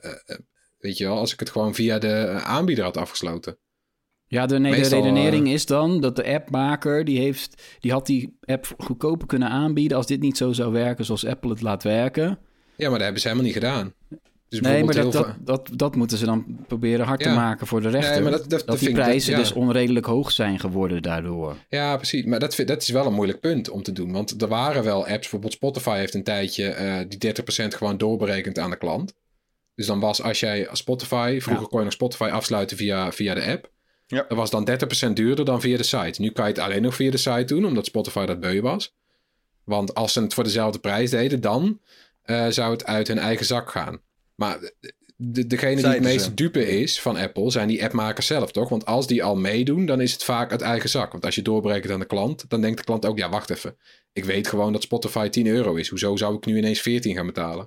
als ik het gewoon via de aanbieder had afgesloten. Ja, de redenering is dan dat de appmaker, die had die app goedkoper kunnen aanbieden als dit niet zo zou werken zoals Apple het laat werken. Ja, maar dat hebben ze helemaal niet gedaan. Dus nee, maar dat moeten ze dan proberen hard te maken voor de rechter. Nee, maar dat die prijzen dus onredelijk hoog zijn geworden daardoor. Ja, precies. Maar dat is wel een moeilijk punt om te doen. Want er waren wel apps, bijvoorbeeld Spotify heeft een tijdje die 30% gewoon doorberekend aan de klant. Dus dan was als jij Spotify, vroeger kon je nog Spotify afsluiten via de app. Ja. Dat was dan 30% duurder dan via de site. Nu kan je het alleen nog via de site doen, omdat Spotify dat beu was. Want als ze het voor dezelfde prijs deden, dan zou het uit hun eigen zak gaan. Maar degene die het meest dupe is van Apple, zijn die appmakers zelf, toch? Want als die al meedoen, dan is het vaak uit eigen zak. Want als je doorbrekent aan de klant, dan denkt de klant ook, ja, wacht even. Ik weet gewoon dat Spotify €10 is. Hoezo zou ik nu ineens 14 gaan betalen?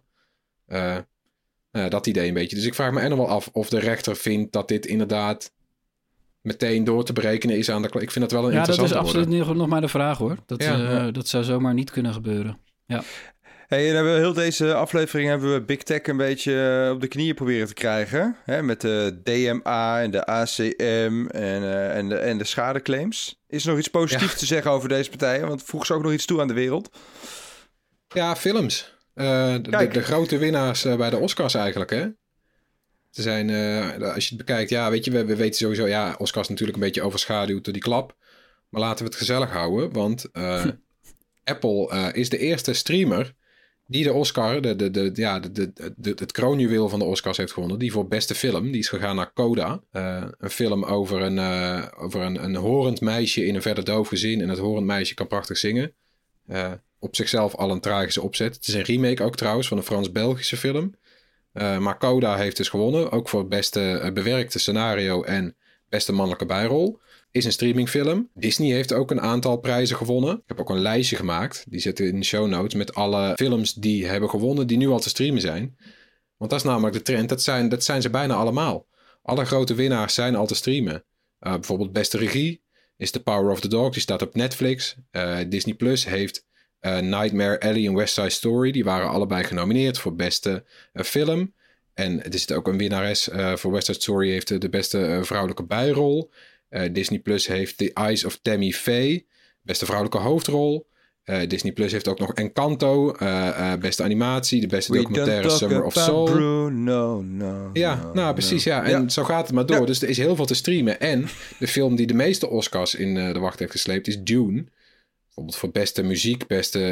Dat idee een beetje. Dus ik vraag me nog wel af of de rechter vindt dat dit inderdaad meteen door te berekenen is aan de... Ik vind dat wel een Ja, dat is interessante absoluut nog maar de vraag, hoor. Dat zou zomaar niet kunnen gebeuren. Ja. Hey, en hebben we heel deze aflevering hebben we Big Tech een beetje op de knieën proberen te krijgen. Hè? Met de DMA en de ACM en de schadeclaims. Is er nog iets positiefs te zeggen over deze partijen? Want voeg ze ook nog iets toe aan de wereld? Ja, films. De grote winnaars bij de Oscars eigenlijk, hè? Ze zijn, als je het bekijkt, ja, weet je, we weten sowieso... Ja, Oscars natuurlijk een beetje overschaduwd door die klap. Maar laten we het gezellig houden, want Apple is de eerste streamer... die de Oscar, het kroonjuweel van de Oscars heeft gewonnen. Die voor beste film, die is gegaan naar Coda. Een film over een horend meisje in een verder doof gezin. En het horend meisje kan prachtig zingen. Op zichzelf al een tragische opzet. Het is een remake ook trouwens van een Frans-Belgische film. Maar Coda heeft dus gewonnen. Ook voor het beste bewerkte scenario en beste mannelijke bijrol. Is een streamingfilm. Disney heeft ook een aantal prijzen gewonnen. Ik heb ook een lijstje gemaakt. Die zitten in de show notes met alle films die hebben gewonnen, die nu al te streamen zijn. Want dat is namelijk de trend. Dat zijn ze bijna allemaal. Alle grote winnaars zijn al te streamen. Bijvoorbeeld beste regie is The Power of the Dog. Die staat op Netflix. Disney Plus heeft Nightmare Alley en West Side Story. Die waren allebei genomineerd voor beste film. En er zit ook een winnares voor West Side Story. Heeft de beste vrouwelijke bijrol. Disney Plus heeft The Eyes of Tammy Faye, beste vrouwelijke hoofdrol. Disney Plus heeft ook nog Encanto, beste animatie, de beste documentaire Summer of Soul. Precies. En zo gaat het maar door. Ja. Dus er is heel veel te streamen. En de film die de meeste Oscars in de wacht heeft gesleept is Dune. Bijvoorbeeld voor beste muziek,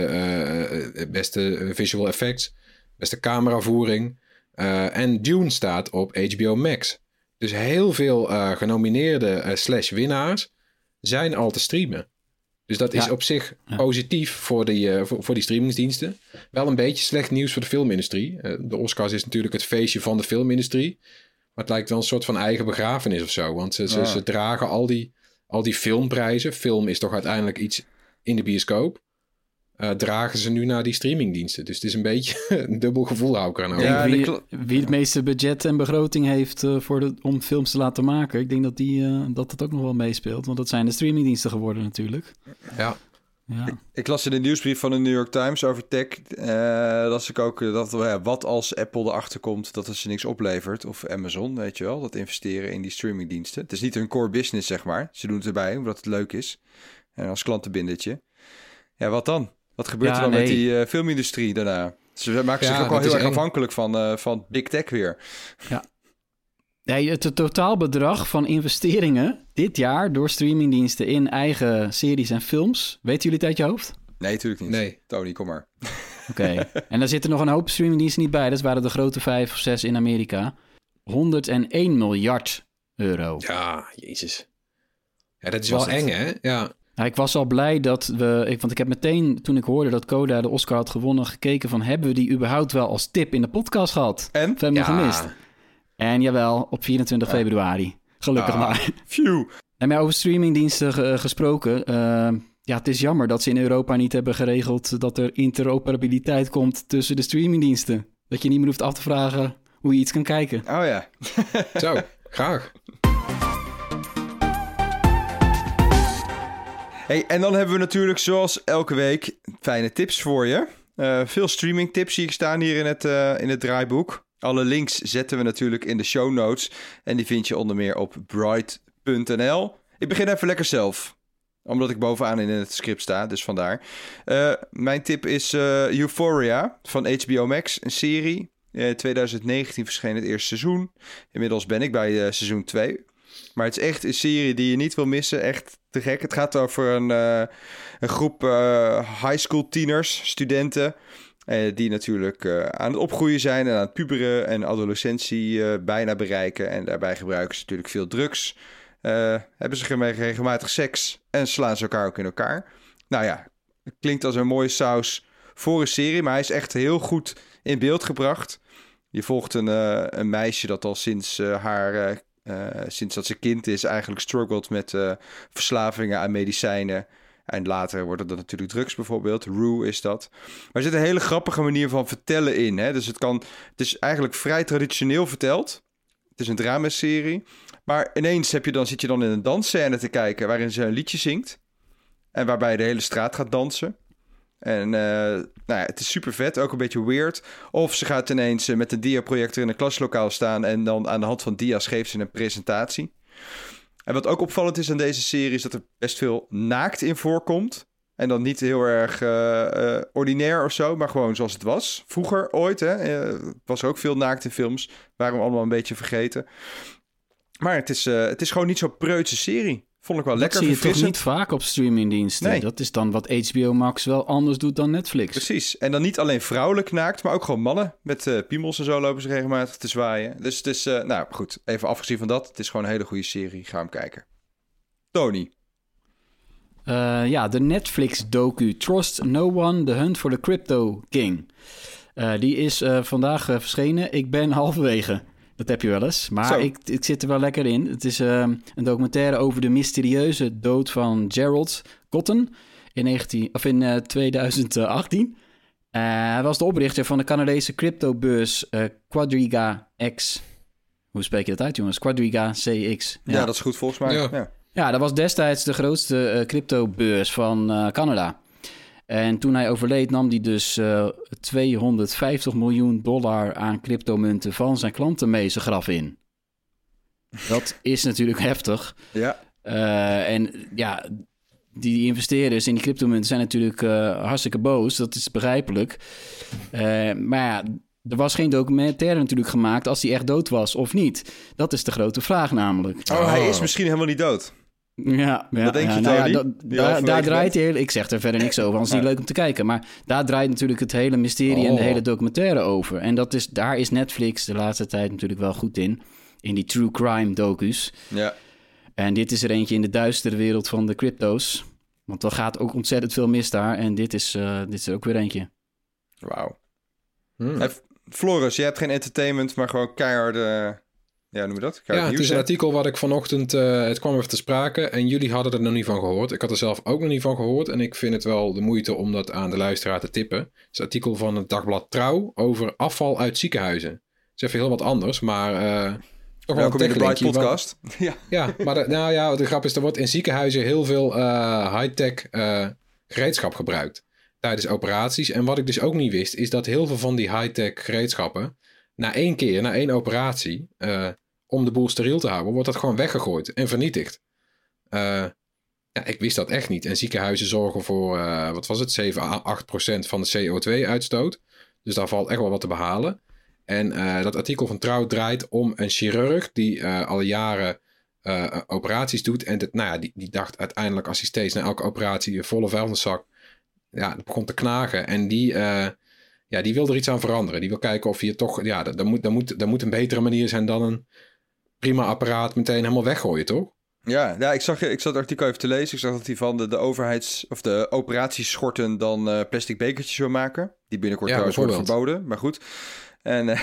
beste visual effects, beste cameravoering. En Dune staat op HBO Max. Dus heel veel genomineerde /winnaars zijn al te streamen. Dus dat is op zich positief voor die streamingsdiensten. Wel een beetje slecht nieuws voor de filmindustrie. De Oscars is natuurlijk het feestje van de filmindustrie. Maar het lijkt wel een soort van eigen begrafenis of zo. Want ze dragen al die filmprijzen. Film is toch uiteindelijk iets in de bioscoop. Dragen ze nu naar die streamingdiensten. Dus het is een beetje een dubbel gevoel, hou ik er aan over. Ja, wie het meeste budget en begroting heeft om films te laten maken... ik denk dat dat ook nog wel meespeelt. Want dat zijn de streamingdiensten geworden natuurlijk. Ja. Ik las in de nieuwsbrief van de New York Times over tech... las ik ook wat als Apple erachter komt dat het ze niks oplevert... of Amazon, weet je wel, dat investeren in die streamingdiensten. Het is niet hun core business, zeg maar. Ze doen het erbij omdat het leuk is. En als klantenbindertje. Ja, wat dan? Wat gebeurt er dan met die filmindustrie daarna? Ze maken zich ook wel heel erg afhankelijk van Big Tech weer. Ja. Nee, het totaalbedrag van investeringen dit jaar door streamingdiensten in eigen series en films... weten jullie het uit je hoofd? Nee, natuurlijk niet. Nee. Tony, kom maar. Oké. En daar zitten nog een hoop streamingdiensten niet bij. Dat waren de grote 5 of 6 in Amerika. 101 miljard euro. Ja, jezus. Ja, dat is wel eng, hè? Ja. Nou, ik was al blij dat want ik heb meteen, toen ik hoorde dat Coda de Oscar had gewonnen, gekeken van, hebben we die überhaupt wel als tip in de podcast gehad? En? Of hebben we gemist? En jawel, op 24 februari. Gelukkig maar. Phew. En maar over streamingdiensten gesproken. Het is jammer dat ze in Europa niet hebben geregeld dat er interoperabiliteit komt tussen de streamingdiensten. Dat je niet meer hoeft af te vragen hoe je iets kan kijken. Oh ja. Zo, graag. Hey, en dan hebben we natuurlijk zoals elke week fijne tips voor je. Veel streaming tips zie ik staan hier in het draaiboek. Alle links zetten we natuurlijk in de show notes. En die vind je onder meer op bright.nl. Ik begin even lekker zelf. Omdat ik bovenaan in het script sta, dus vandaar. Mijn tip is Euphoria van HBO Max, een serie. 2019 verscheen het eerste seizoen. Inmiddels ben ik bij seizoen 2. Maar het is echt een serie die je niet wil missen. Echt te gek. Het gaat over een groep high school tieners, studenten. Die natuurlijk aan het opgroeien zijn en aan het puberen en adolescentie bijna bereiken. En daarbij gebruiken ze natuurlijk veel drugs. Hebben ze regelmatig seks en slaan ze elkaar ook in elkaar. Nou ja, het klinkt als een mooie saus voor een serie, maar hij is echt heel goed in beeld gebracht. Je volgt een meisje dat al sinds sinds dat ze kind is eigenlijk struggelt met verslavingen aan medicijnen. En later worden dat natuurlijk drugs bijvoorbeeld. Rue is dat. Maar er zit een hele grappige manier van vertellen in. Hè? Dus het is eigenlijk vrij traditioneel verteld. Het is een dramaserie. Maar ineens zit je dan in een dansscène te kijken waarin ze een liedje zingt. En waarbij de hele straat gaat dansen. En het is super vet, ook een beetje weird. Of ze gaat ineens met een dia-projector in een klaslokaal staan en dan aan de hand van dia's geeft ze een presentatie. En wat ook opvallend is aan deze serie is dat er best veel naakt in voorkomt. En dan niet heel erg ordinair of zo, maar gewoon zoals het was. Vroeger, ooit, was er ook veel naakt in films. Waren we allemaal een beetje vergeten. Maar het is gewoon niet zo'n preutse serie. Vond ik wel lekker verfrissend. Dat zie je toch niet vaak op streamingdiensten? Nee. Dat is dan wat HBO Max wel anders doet dan Netflix. Precies. En dan niet alleen vrouwelijk naakt, maar ook gewoon mannen. Met piemels en zo lopen ze regelmatig te zwaaien. Dus het is, goed, even afgezien van dat. Het is gewoon een hele goede serie. Ga hem kijken. Tony. De Netflix-docu Trust No One, The Hunt for the Crypto King. Die is vandaag verschenen. Ik ben halverwege. Dat heb je wel eens. Maar ik zit er wel lekker in. Het is een documentaire over de mysterieuze dood van Gerald Cotten in 2018. Hij was de oprichter van de Canadese cryptobeurs Quadriga X. Hoe spreek je dat uit, jongens? Quadriga CX. Ja, dat is goed volgens mij. Ja, dat was destijds de grootste cryptobeurs van Canada. En toen hij overleed nam hij dus $250 miljoen aan cryptomunten van zijn klanten mee zijn graf in. Dat is natuurlijk heftig. Ja. Die investeerders in die cryptomunten zijn natuurlijk hartstikke boos. Dat is begrijpelijk. Maar ja, er was geen documentaire natuurlijk gemaakt als hij echt dood was of niet. Dat is de grote vraag namelijk. Hij is misschien helemaal niet dood. Ja, wat denk je, Tony? Daar draait hij... Ik zeg er verder niks over, want het is niet leuk om te kijken. Maar daar draait natuurlijk het hele mysterie en de hele documentaire over. En daar is Netflix de laatste tijd natuurlijk wel goed in die true crime docus. Ja. En dit is er eentje in de duistere wereld van de crypto's. Want er gaat ook ontzettend veel mis daar. En dit is er ook weer eentje. Wauw. Floris, jij hebt geen entertainment, maar gewoon keiharde... Ja, noem je dat? Het is een artikel wat ik vanochtend... het kwam even te sprake en jullie hadden er nog niet van gehoord. Ik had er zelf ook nog niet van gehoord. En ik vind het wel de moeite om dat aan de luisteraar te tippen. Het is een artikel van het dagblad Trouw over afval uit ziekenhuizen. Het is even heel wat anders, maar... toch welkom in de Bright podcast. Maar de grap is, er wordt in ziekenhuizen heel veel high-tech gereedschap gebruikt tijdens operaties. En wat ik dus ook niet wist, is dat heel veel van die high-tech gereedschappen... na één operatie... om de boel steriel te houden, wordt dat gewoon weggegooid en vernietigd. Ik wist dat echt niet. En ziekenhuizen zorgen voor, 7-8% van de CO2-uitstoot. Dus daar valt echt wel wat te behalen. En dat artikel van Trouw draait om een chirurg die al jaren operaties doet. En die dacht uiteindelijk, als hij steeds na elke operatie een volle vuilniszak... dat begon te knagen. En die wil er iets aan veranderen. Die wil kijken of je toch... Ja, dat moet een betere manier zijn dan een prima apparaat meteen helemaal weggooien, toch? Ja, ik zat het artikel even te lezen. Ik zag dat hij van de overheids... of de operatieschorten dan plastic bekertjes wil maken. Die binnenkort trouwens worden verboden. Maar goed. En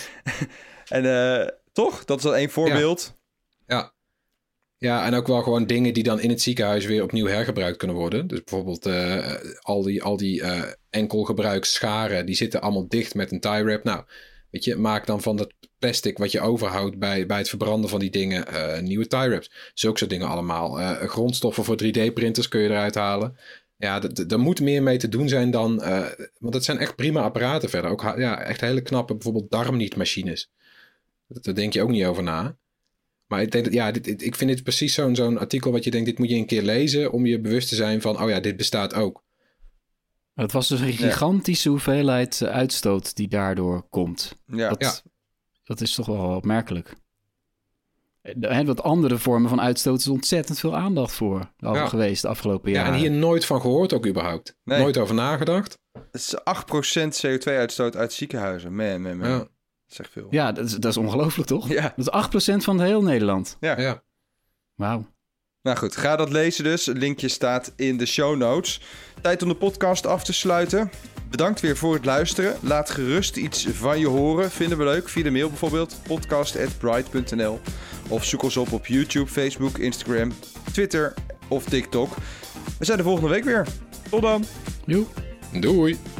toch? Dat is al één voorbeeld. Ja. Ja, en ook wel gewoon dingen die dan in het ziekenhuis weer opnieuw hergebruikt kunnen worden. Dus bijvoorbeeld al die enkelgebruiksscharen, die zitten allemaal dicht met een tie wrap. Nou, weet je, maak dan van dat plastic wat je overhoudt bij het verbranden van die dingen nieuwe tie wraps. Zulke soort dingen allemaal. Grondstoffen voor 3D-printers kun je eruit halen. Ja, er moet meer mee te doen zijn dan... want het zijn echt prima apparaten verder. Ook echt hele knappe, bijvoorbeeld darmnietmachines. Daar denk je ook niet over na. Maar ik denk dat, ik vind dit precies zo'n artikel wat je denkt, dit moet je een keer lezen om je bewust te zijn van, dit bestaat ook. Het was dus een gigantische hoeveelheid uitstoot die daardoor komt. Ja. Dat is toch wel opmerkelijk. Wat andere vormen van uitstoot is ontzettend veel aandacht voor geweest de afgelopen jaren. Ja, en hier nooit van gehoord ook überhaupt. Nee. Nooit over nagedacht. Het is 8% CO2-uitstoot uit ziekenhuizen. Man. Ja. Dat is echt veel. Ja, dat is ongelooflijk, toch? Ja. Dat is 8% van heel Nederland. Ja. Wauw. Nou goed, ga dat lezen dus. Het linkje staat in de show notes. Tijd om de podcast af te sluiten. Bedankt weer voor het luisteren. Laat gerust iets van je horen. Vinden we leuk. Via de mail bijvoorbeeld. podcast@bright.nl. Of zoek ons op YouTube, Facebook, Instagram, Twitter of TikTok. We zijn de volgende week weer. Tot dan. Joe. Doei.